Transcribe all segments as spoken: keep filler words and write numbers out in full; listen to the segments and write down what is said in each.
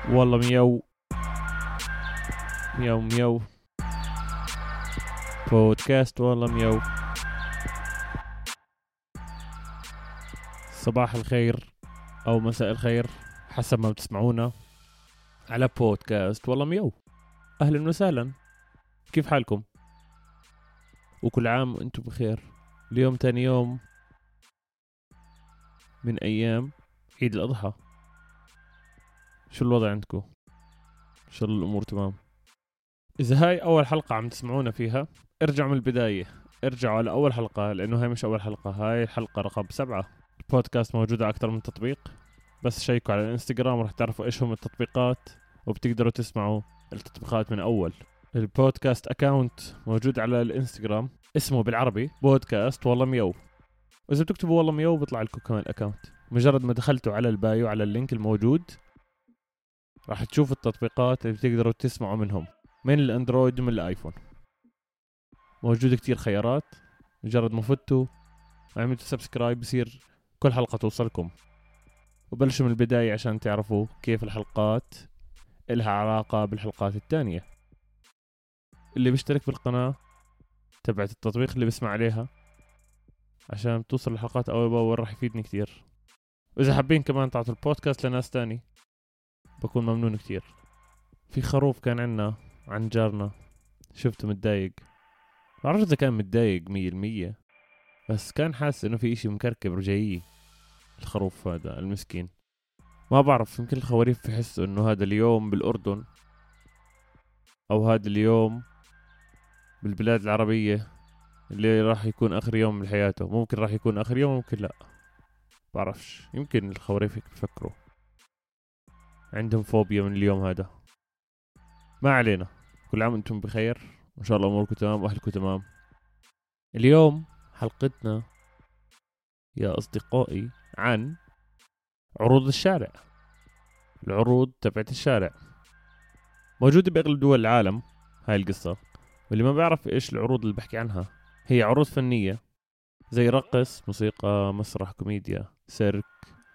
والله مياو مياو مياو بودكاست والله مياو. صباح الخير أو مساء الخير حسب ما بتسمعونا على بودكاست والله مياو. أهلا وسهلا، كيف حالكم؟ وكل عام وأنتم بخير. اليوم تاني يوم من أيام عيد الأضحى. شو الوضع عندكم؟ إن شاء الله الأمور تمام. إذا هاي أول حلقة عم تسمعونا فيها ارجعوا من البداية، ارجعوا على أول حلقة، لأنه هاي مش أول حلقة، هاي الحلقة رقم سبعة. البودكاست موجود على أكثر من تطبيق، بس شيكوا على الانستغرام ورح تعرفوا إيش هم التطبيقات وبتقدروا تسمعوا التطبيقات من أول. البودكاست أكاونت موجود على الانستغرام اسمه بالعربي بودكاست والله ميو، وإذا بتكتبوا والله ميو بيطلع لكم كمان أكاونت. مجرد ما دخلتوا على البايو على اللينك الموجود راح تشوفوا التطبيقات اللي بتقدروا تسمعوا منهم من الأندرويد ومن الآيفون. موجود كتير خيارات، مجرد ما فتوا وعملتوا سبسكرايب بصير كل حلقة توصلكم. وبلشوا من البداية عشان تعرفوا كيف الحلقات إلها علاقة بالحلقات التانية. اللي بيشترك بالقناة تبعت التطبيق اللي بسمع عليها عشان توصل الحلقات أول بأول راح يفيدني كتير. وإذا حابين كمان تعطوا البودكاست لناس تاني بكون ممنون كتير. في خروف كان عنا عن جارنا شفته متضايق، ما بعرف إذا كان متضايق مية المية، بس كان حاسس إنه في إشي مكركب رجعيه. الخروف هذا المسكين ما بعرف، يمكن الخواريف بحسوا إنه هذا اليوم بالأردن أو هذا اليوم بالبلاد العربية اللي راح يكون آخر يوم من حياته. ممكن راح يكون آخر يوم، ممكن لا، بعرفش. يمكن الخواريف هيك بفكروا، عندهم فوبيا من اليوم هذا. ما علينا، كل عام وانتم بخير وإن شاء الله أموركم تمام وأهلكم تمام. اليوم حلقتنا يا أصدقائي عن عروض الشارع. العروض تبعت الشارع موجودة بأغلب دول العالم هاي القصة، واللي ما بيعرف إيش العروض اللي بحكي عنها، هي عروض فنية زي رقص، موسيقى، مسرح، كوميديا، سيرك،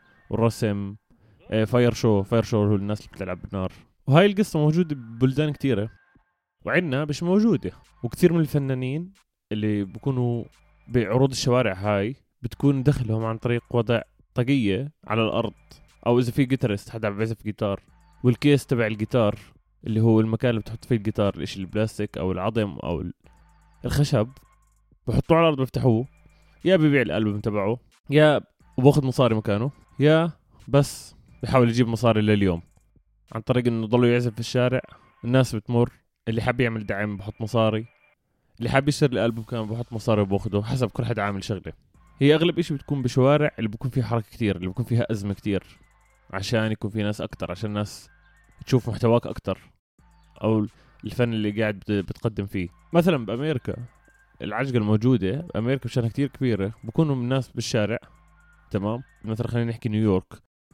ورسم، اه فاير شو. فاير شو هو الناس اللي بتلعب بالنار. وهاي القصة موجودة ببلدان كتيرة وعندنا مش موجودة. وكثير من الفنانين اللي بيكونوا بعروض الشوارع هاي بتكون دخلهم عن طريق وضع طاقية على الأرض، أو إذا في جيتارست حدا عم بيعزف جيتار، والكيس تبع الجيتار اللي هو المكان اللي بتحط فيه الجيتار، الاشي البلاستيك أو العظم أو الخشب، بحطوه على الأرض بفتحوه، يا بيبيع الألبوم تبعه، يا وباخد مصاري مكانه، يا بس بحاول يجيب مصاري لليوم عن طريق إنه ضلوا يعزف في الشارع. الناس بتمر، اللي حاب يعمل دعم بحط مصاري، اللي حاب يشتري الألبوم كمان بحط مصاري وباخده، حسب كل حد عامل شغله. هي أغلب إشي بتكون بشوارع اللي بيكون فيها حركة كتير، اللي بيكون فيها أزمة كتير، عشان يكون في ناس أكتر، عشان الناس تشوف محتواك أكتر أو الفن اللي قاعد بتقدم فيه. مثلا بأمريكا العجقة الموجودة بأمريكا مشانها كتير كبيرة، بكونوا من الناس بالشارع، تمام. مثلا خلينا نحكي نيويورك،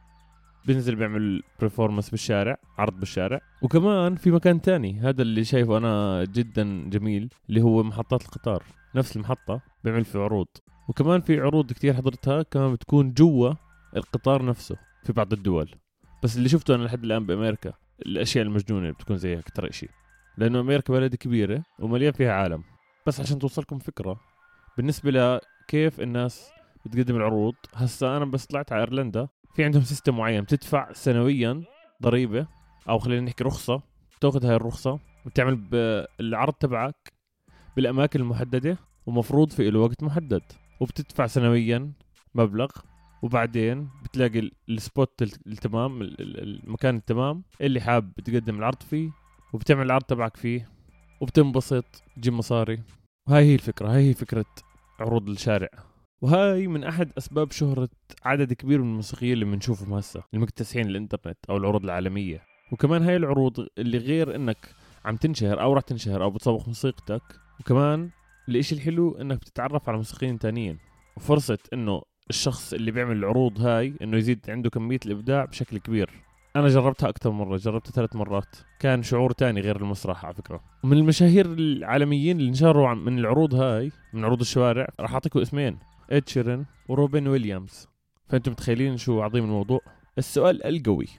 بنزل بيعمل برفورمانس بالشارع، عرض بالشارع. وكمان في مكان تاني هذا اللي شايفه أنا جدا جميل، اللي هو محطات القطار، نفس المحطة بيعمل في عروض. وكمان في عروض كتير حضرتها كمان بتكون جوا القطار نفسه في بعض الدول، بس اللي شفته أنا لحد الآن بأمريكا الأشياء المجنونة اللي بتكون زي أكتر إشي، لأنه أمريكا بلد كبيرة ومليان فيها عالم. بس عشان توصلكم فكرة بالنسبة لكيف الناس بتقدم العروض، هسا أنا بس طلعت على إيرلندا، في عندهم سيستم معين، بتدفع سنويا ضريبة أو خلينا نحكي رخصة، بتاخذ هاي الرخصة وبتعمل بالعرض تبعك بالأماكن المحددة، ومفروض في له وقت محدد، وبتدفع سنويا مبلغ، وبعدين بتلاقي السبوت التمام، المكان التمام اللي حاب تقدم العرض فيه، وبتعمل العرض تبعك فيه وبتنبسط، تجيب مصاري. وهاي هي الفكرة، هاي هي فكرة عروض الشارع. وهاي من أحد أسباب شهرة عدد كبير من الموسيقيين اللي بنشوفهم هسه المكتسحين الإنترنت أو العروض العالمية. وكمان هاي العروض اللي غير إنك عم تنشهر أو راح تنشهر أو بتسوق موسيقتك، وكمان الإشي الحلو إنك بتتعرف على موسيقيين تانيين، وفرصة إنه الشخص اللي بيعمل العروض هاي إنه يزيد عنده كمية الإبداع بشكل كبير. أنا جربتها أكثر مرة، جربتها ثلاث مرات، كان شعور تاني غير المسرح على فكرة. ومن المشاهير العالميين اللي انشهروا من العروض هاي، من عروض الشوارع، راح أعطيكم اسمين: إد شيران وروبن ويليامز. فأنتم متخيلين شو عظيم الموضوع؟ السؤال القوي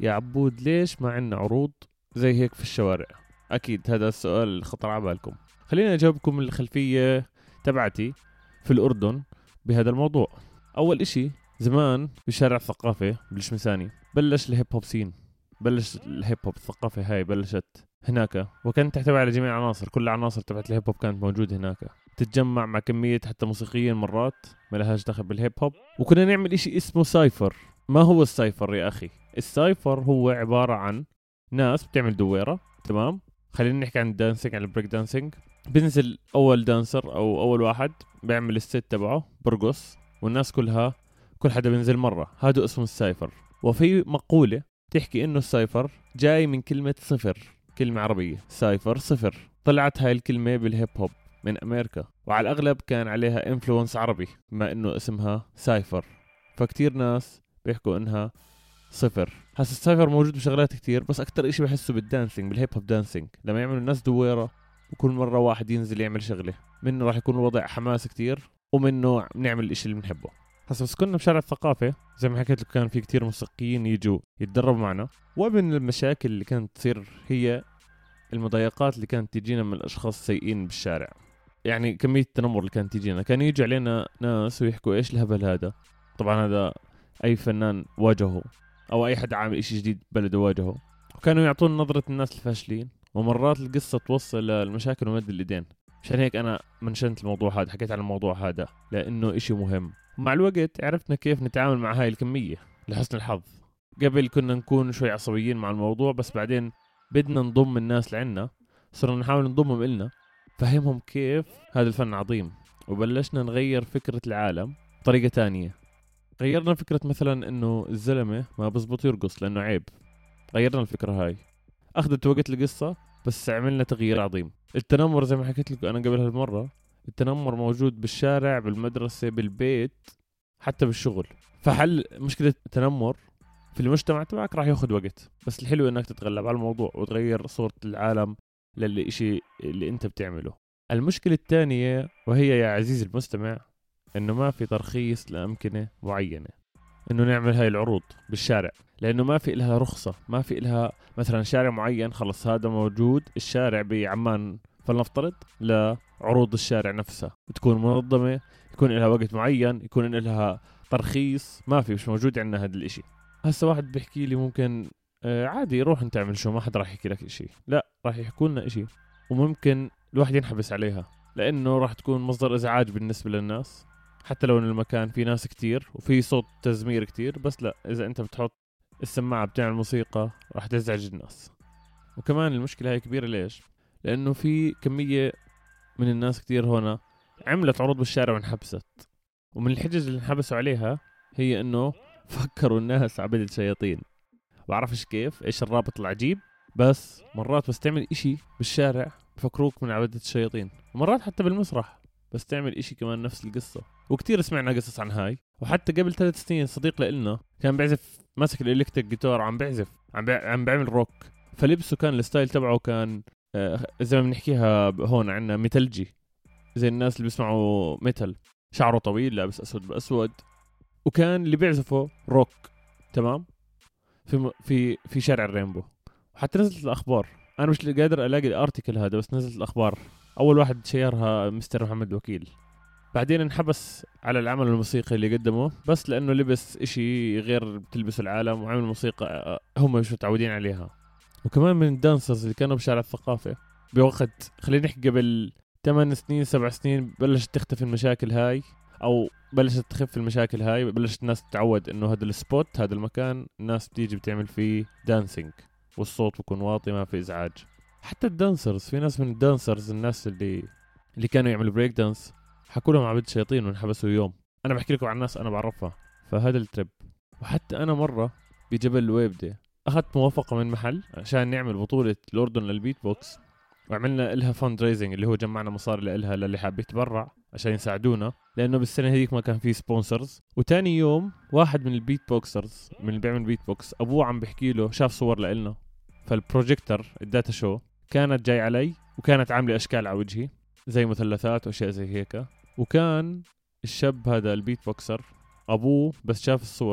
يا عبود ليش ما عندنا عروض زي هيك في الشوارع؟ أكيد هذا السؤال اللي خطر على بالكم. خلينا أجاوبكم من الخلفية تبعتي في الأردن بهذا الموضوع. أول إشي زمان بشارع الثقافة بالشمساني بلش الهيب هوب سين، بلش الهيب هوب الثقافة هاي بلشت هناك، وكانت تحتوي على جميع العناصر، كل العناصر تبعت الهيب هوب كانت موجودة هناك، تتجمع مع كمية حتى موسيقيين مرات ما لهاش دخل بالهيب هوب. وكنا نعمل إشي اسمه سايفر. ما هو السايفر يا أخي؟ السايفر هو عبارة عن ناس بتعمل دويرة، تمام؟ خلينا نحكي عن الدانسينج، عن البريك دانسينج. بنزل أول دانسر أو أول واحد بيعمل الست تبعه برقص، والناس كلها كل حدا بينزل مرة، هذا اسمه السايفر. وفي مقولة تحكي إنه السايفر جاي من كلمة صفر، كلمة عربية، سايفر صفر. طلعت هاي الكلمة بالهيب هوب من أمريكا، وعلى الأغلب كان عليها إنفلونس عربي بما إنه اسمها سايفر، فكتير ناس بيحكوا إنها صفر. هسا السايفر موجود بشغلات كتير، بس أكتر إشي بحسه بالدانسينج، بالهيب هوب دانسينج، لما يعملوا الناس دويرة وكل مرة واحد ينزل يعمل شغلة منه، راح يكون الوضع حماس كتير، ومنه نعمل الإشي اللي بنحبه. هسا بس كنا بشارع الثقافة زي ما حكيت لكم، كان في كتير موسيقيين يجوا يتدربوا معنا، ومن المشاكل اللي كانت تصير هي المضايقات اللي كانت تجينا من الأشخاص السيئين بالشارع. يعني كمية التنمر اللي كانت تجينا، كان يجي علينا ناس ويحكوا إيش الهبل هذا. طبعا هذا أي فنان واجهه أو أي حد عامل إشي جديد بلده واجهه، وكانوا يعطون نظرة الناس الفاشلين، ومرات القصة توصل للمشاكل ومد الإيدين. مشان هيك أنا منشنت الموضوع هذا، حكيت عن الموضوع هذا لأنه إشي مهم. مع الوقت عرفنا كيف نتعامل مع هاي الكمية لحسن الحظ. قبل كنا نكون شوي عصبيين مع الموضوع، بس بعدين بدنا نضم الناس لعنا، صرنا نحاول نضمهم إلنا، فهمهم كيف هذا الفن عظيم، وبلشنا نغير فكرة العالم بطريقة تانية. غيرنا فكرة مثلا إنه الزلمة ما بزبط يرقص لأنه عيب، غيرنا الفكرة هاي، أخذت وقت القصة بس عملنا تغيير عظيم. التنمر زي ما حكيت لكم أنا قبل هالمرة، التنمر موجود بالشارع، بالمدرسة، بالبيت، حتى بالشغل. فحل مشكلة التنمر في المجتمع تبعك راح ياخد وقت، بس الحلو إنك تتغلب على الموضوع وتغير صورة العالم للإشي اللي أنت بتعمله. المشكلة الثانية وهي يا عزيزي المستمع، إنه ما في ترخيص لأمكنة معينة إنه نعمل هاي العروض بالشارع، لأنه ما في إلها رخصة، ما في إلها مثلا شارع معين خلص هذا موجود الشارع بعمان فلنفترض لعروض الشارع نفسها تكون منظمة، يكون إلها وقت معين، يكون إلها ترخيص. ما في، مش موجود عندنا هذا الإشي. هسا واحد بيحكي لي ممكن آه عادي روح انت اعمل شو، ما حد راح يحكي لك إشي. لا، راح يحكوا لنا إشي، وممكن الواحد ينحبس عليها لأنه راح تكون مصدر إزعاج بالنسبة للناس، حتى لو إن المكان فيه ناس كتير وفي صوت تزمير كتير، بس لا، إذا أنت بتحط السماعة بتعمل موسيقى راح تزعج الناس. وكمان المشكلة هاي كبيرة ليش؟ لأنه في كمية من الناس كتير هنا عملت عروض بالشارع وانحبست، ومن الحجج اللي انحبسوا عليها هي إنه فكروا الناس عبدة شياطين. بعرفش كيف إيش الرابط العجيب، بس مرات بس تعمل إشي بالشارع بفكروك من عبدة الشياطين، ومرات حتى بالمسرح بس تعمل إشي كمان نفس القصة. وكتير سمعنا قصص عن هاي. وحتى قبل ثلاث سنين صديق لإلنا كان بيعزف، ماسك الإلكتريك جيتار عم بيعزف، عم بي... عم بيعمل روك، فلبسه كان الستايل تبعه كان آه زي ما بنحكيها هون عنا ميتالجي، زي الناس اللي بيسمعوا ميتال، شعره طويل لابس أسود بأسود، وكان اللي بيعزفه روك، تمام، في م... في في شارع الرينبو. وحتى نزلت الأخبار، أنا مش قادر ألاقي الارتيكل هذا، بس نزلت الأخبار. أول واحد شيرها مستر محمد وكيل، بعدين انحبس على العمل الموسيقي اللي قدمه بس لأنه لبس إشي غير بتلبس العالم، وعمل موسيقى هم مش متعودين عليها. وكمان من الدانسرز اللي كانوا بشارع الثقافة بوقت، خلينا نحكي قبل ثمان سنين سبع سنين، بلشت تختفي المشاكل هاي، أو بلشت تخف المشاكل هاي، بلشت الناس تتعود إنه هذا السبوت، هذا المكان الناس بتيجي بتعمل فيه دانسينج، والصوت بيكون واطي، ما في إزعاج. حتى الدانسرز، في ناس من الدانسرز الناس اللي اللي كانوا يعملوا بريك دانس حكوا لهم عبد الشياطين وانحبسوا يوم. انا بحكي لكم عن ناس انا بعرفها، فهذا التريب. وحتى انا مره بجبل الويبدة اخذت موافقه من محل عشان نعمل بطوله الاردن للبيت بوكس، وعملنا لها فاند ريزنج اللي هو جمعنا مصاري لها للي حاب يتبرع عشان يساعدونا، لانه بالسنه هذيك ما كان في سبونسرز. وتاني يوم واحد من البيت بوكسرز من اللي بيعمل بيت بوكس ابوه عم بحكي له شاف صور لنا، فالبروجيكتور الداتا شو كانت جاي علي، وكانت عامله اشكال على وجهي زي مثلثات واشياء زي هيك. وكان الشاب هذا البيت بوكسر ابوه بس شاف الصورة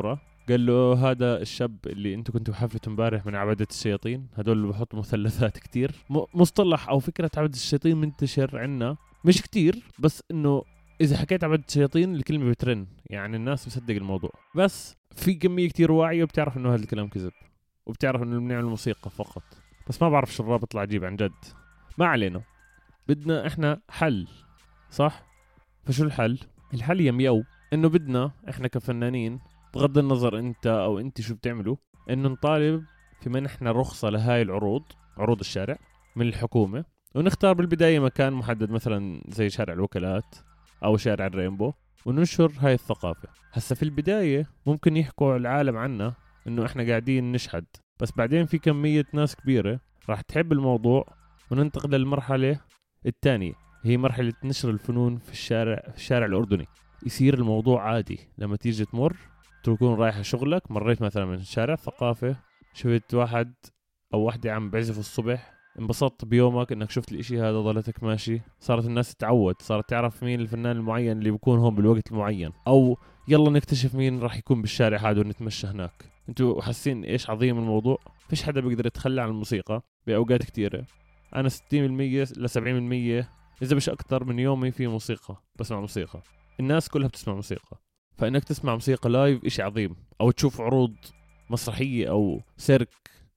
قال له هذا الشاب اللي انتوا كنتوا حفلة امبارح من عبدة الشياطين، هدول اللي بحطوا مثلثات كتير. م- مصطلح او فكرة عبدة الشياطين منتشر عنا مش كتير، بس انه اذا حكيت عبدة الشياطين الكلمة بترن، يعني الناس بتصدق الموضوع. بس في كمية كتير واعية وبتعرف انه هذا الكلام كذب، وبتعرف انه بنعمل موسيقى فقط، بس ما بعرف شو الرابط العجيب عن جد. ما علينا، بدنا احنا حل، صح؟ فشو الحل؟ الحل يا ميو انه بدنا احنا كفنانين، بغض النظر انت او انت شو بتعملوا، انه نطالب في منحنا رخصة لهاي العروض، عروض الشارع من الحكومة، ونختار بالبداية مكان محدد مثلا زي شارع الوكالات او شارع الرينبو، وننشر هاي الثقافة. هسا في البداية ممكن يحكوا العالم عنا انه احنا قاعدين نشحد، بس بعدين في كمية ناس كبيرة راح تحب الموضوع، وننتقل للمرحلة الثانية، هي مرحلة نشر الفنون في الشارع في الشارع الأردني. يصير الموضوع عادي لما تيجي تمر، تكون رايحة شغلك، مريت مثلا من شارع ثقافة، شفت واحد أو واحدة عم بعزف الصبح، انبسطت بيومك انك شفت الاشي هذا، ضلتك ماشي، صارت الناس تتعود، صارت تعرف مين الفنان المعين اللي بيكون هون بالوقت المعين، او يلا نكتشف مين راح يكون بالشارع هذا ونتمشى هناك. انتوا حاسين ايش عظيم الموضوع؟ فيش حدا بيقدر يتخلى عن الموسيقى باوقات كتيرة. انا ستين بالمية ل سبعين بالمية اذا مش اكتر من يومي في موسيقى، بسمع موسيقى. الناس كلها بتسمع موسيقى، فانك تسمع موسيقى لايف اشي عظيم، او تشوف عروض مسرحية او سيرك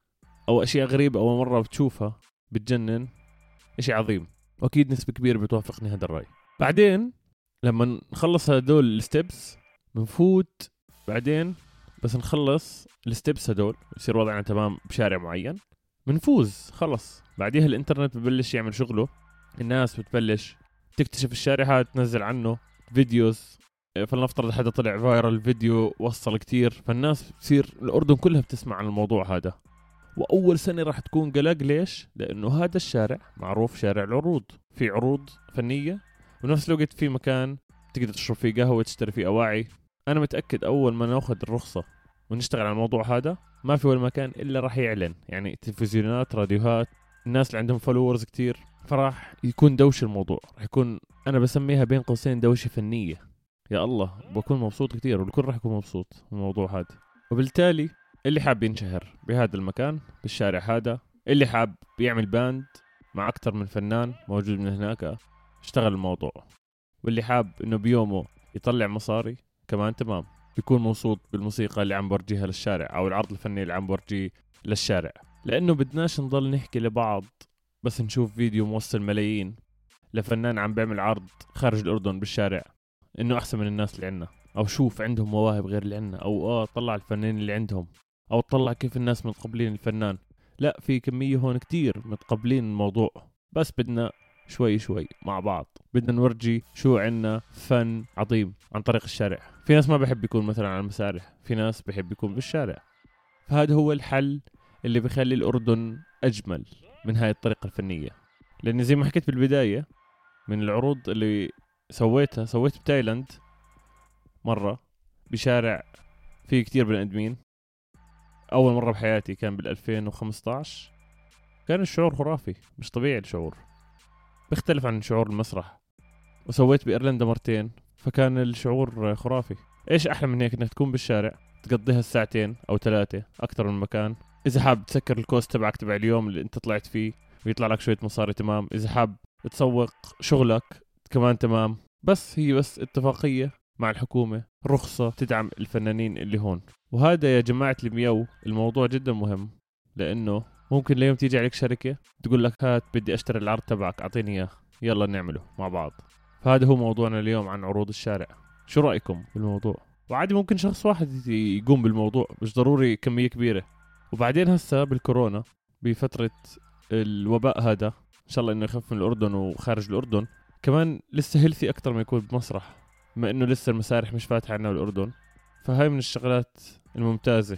او اشياء غريبة اول مرة بتشوفها بتجنن، اشي عظيم. واكيد نسبة كبيرة بتوافقني هذا الرأي. بعدين لما نخلص هدول الستبس بنفوت بعدين، بس نخلص الستبس هدول يصير وضعنا تمام بشارع معين، بنفوز خلص. بعديها الانترنت ببلش يعمل شغله، الناس بتبلش تكتشف الشارع هذا، تنزل عنه فيديوز، فلنفترض حدا طلع فايرال فيديو وصل كتير، فالناس بتصير الأردن كلها بتسمع عن الموضوع هذا. وأول سنة راح تكون قلق، ليش؟ لأنه هذا الشارع معروف شارع العروض، في عروض فنية، ونفس الوقت في مكان تقدر تشرب فيه قهوة، تشتري فيه أواعي. أنا متأكد أول ما ناخذ الرخصة ونشتغل على الموضوع هذا، ما في ولا مكان إلا راح يعلن، يعني تلفزيونات، راديوهات، الناس اللي عندهم فولورز كتير، فراح يكون دوش الموضوع، راح يكون أنا بسميها بين قوسين دوشة فنية. يا الله بكون مبسوط كتير، والكل راح يكون مبسوط من الموضوع هذا. وبالتالي اللي حاب ينشهر بهذا المكان بالشارع هذا، اللي حاب يعمل باند مع أكتر من فنان موجود من هناك، اشتغل الموضوع. واللي حاب إنه بيومه يطلع مصاري كمان تمام، بيكون مبسوط بالموسيقى اللي عم برجيها للشارع أو العرض الفني اللي عم برجيه للشارع. لأنه بدناش نضل نحكي لبعض بس نشوف فيديو موصل ملايين لفنان عم بيعمل عرض خارج الأردن بالشارع إنه أحسن من الناس اللي عنا، أو شوف عندهم مواهب غير اللي عنا، أو آه طلع الفنانين اللي عندهم، أو طلع كيف الناس متقبلين الفنان. لا، في كمية هون كتير متقبلين الموضوع، بس بدنا شوي شوي مع بعض، بدنا نورجي شو عنا فن عظيم عن طريق الشارع. في ناس ما بحب يكون مثلا على المسارح، في ناس بحب يكون بالشارع، فهذا هو الحل اللي بيخلي الأردن أجمل من هاي الطريقة الفنية. لأن زي ما حكيت بالبداية، من العروض اللي سويتها سويت بتايلاند مرة بشارع فيه كتير بني آدمين، أول مرة بحياتي كان بالألفين وخمسطعش، كان الشعور خرافي، مش طبيعي الشعور، بيختلف عن شعور المسرح. وسويت بإيرلندا مرتين، فكان الشعور خرافي. إيش أحلى من هيك إنك تكون بالشارع تقضيها الساعتين أو ثلاثة أكتر من مكان. إذا حاب تسكر الكوست تبعك تبع اليوم اللي أنت طلعت فيه ويطلع لك شوية مصاري تمام، إذا حاب تسوق شغلك كمان تمام. بس هي بس اتفاقية مع الحكومة، رخصة تدعم الفنانين اللي هون. وهذا يا جماعة الميو الموضوع جدا مهم، لأنه ممكن اليوم تيجي عليك شركة تقول لك هات بدي أشتري العرض تبعك، أعطيني إياه، يلا نعمله مع بعض. فهذا هو موضوعنا اليوم عن عروض الشارع. شو رأيكم بالموضوع؟ وعادي ممكن شخص واحد يقوم بالموضوع، مش ضروري كمية كبيرة. وبعدين هسا بالكورونا، بفترة الوباء هذا، إن شاء الله إنه يخف من الأردن وخارج الأردن كمان، لسه هيلثي أكتر ما يكون بمسرح، ما إنه لسه المسارح مش فاتحة عنا بالأردن. فهاي من الشغلات الممتازة.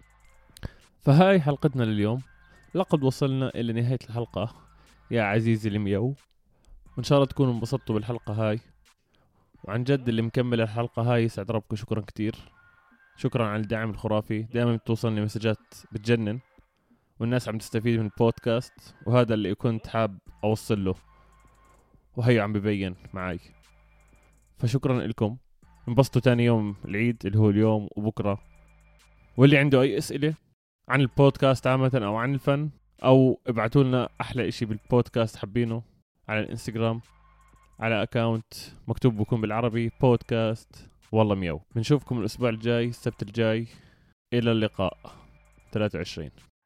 فهاي حلقتنا لليوم، لقد وصلنا إلى نهاية الحلقة يا عزيزي الميو، وإن شاء الله تكونوا انبسطتوا بالحلقة هاي. وعن جد اللي مكمل الحلقة هاي يسعد ربكم، شكرا كتير، شكرا على الدعم الخرافي، دائما بتوصلني مسجات بتجنن، والناس عم تستفيد من البودكاست، وهذا اللي كنت حاب أوصل له، وهي عم ببين معي. فشكرا لكم، انبسطوا تاني يوم العيد اللي هو اليوم وبكرة، واللي عنده أي أسئلة عن البودكاست عامة أو عن الفن، أو ابعتوا لنا أحلى إشي بالبودكاست حابينه على الانستغرام على أكاونت مكتوب بكم بالعربي بودكاست والله مياو. بنشوفكم الأسبوع الجاي السبت الجاي. إلى اللقاء. ثلاثة وعشرين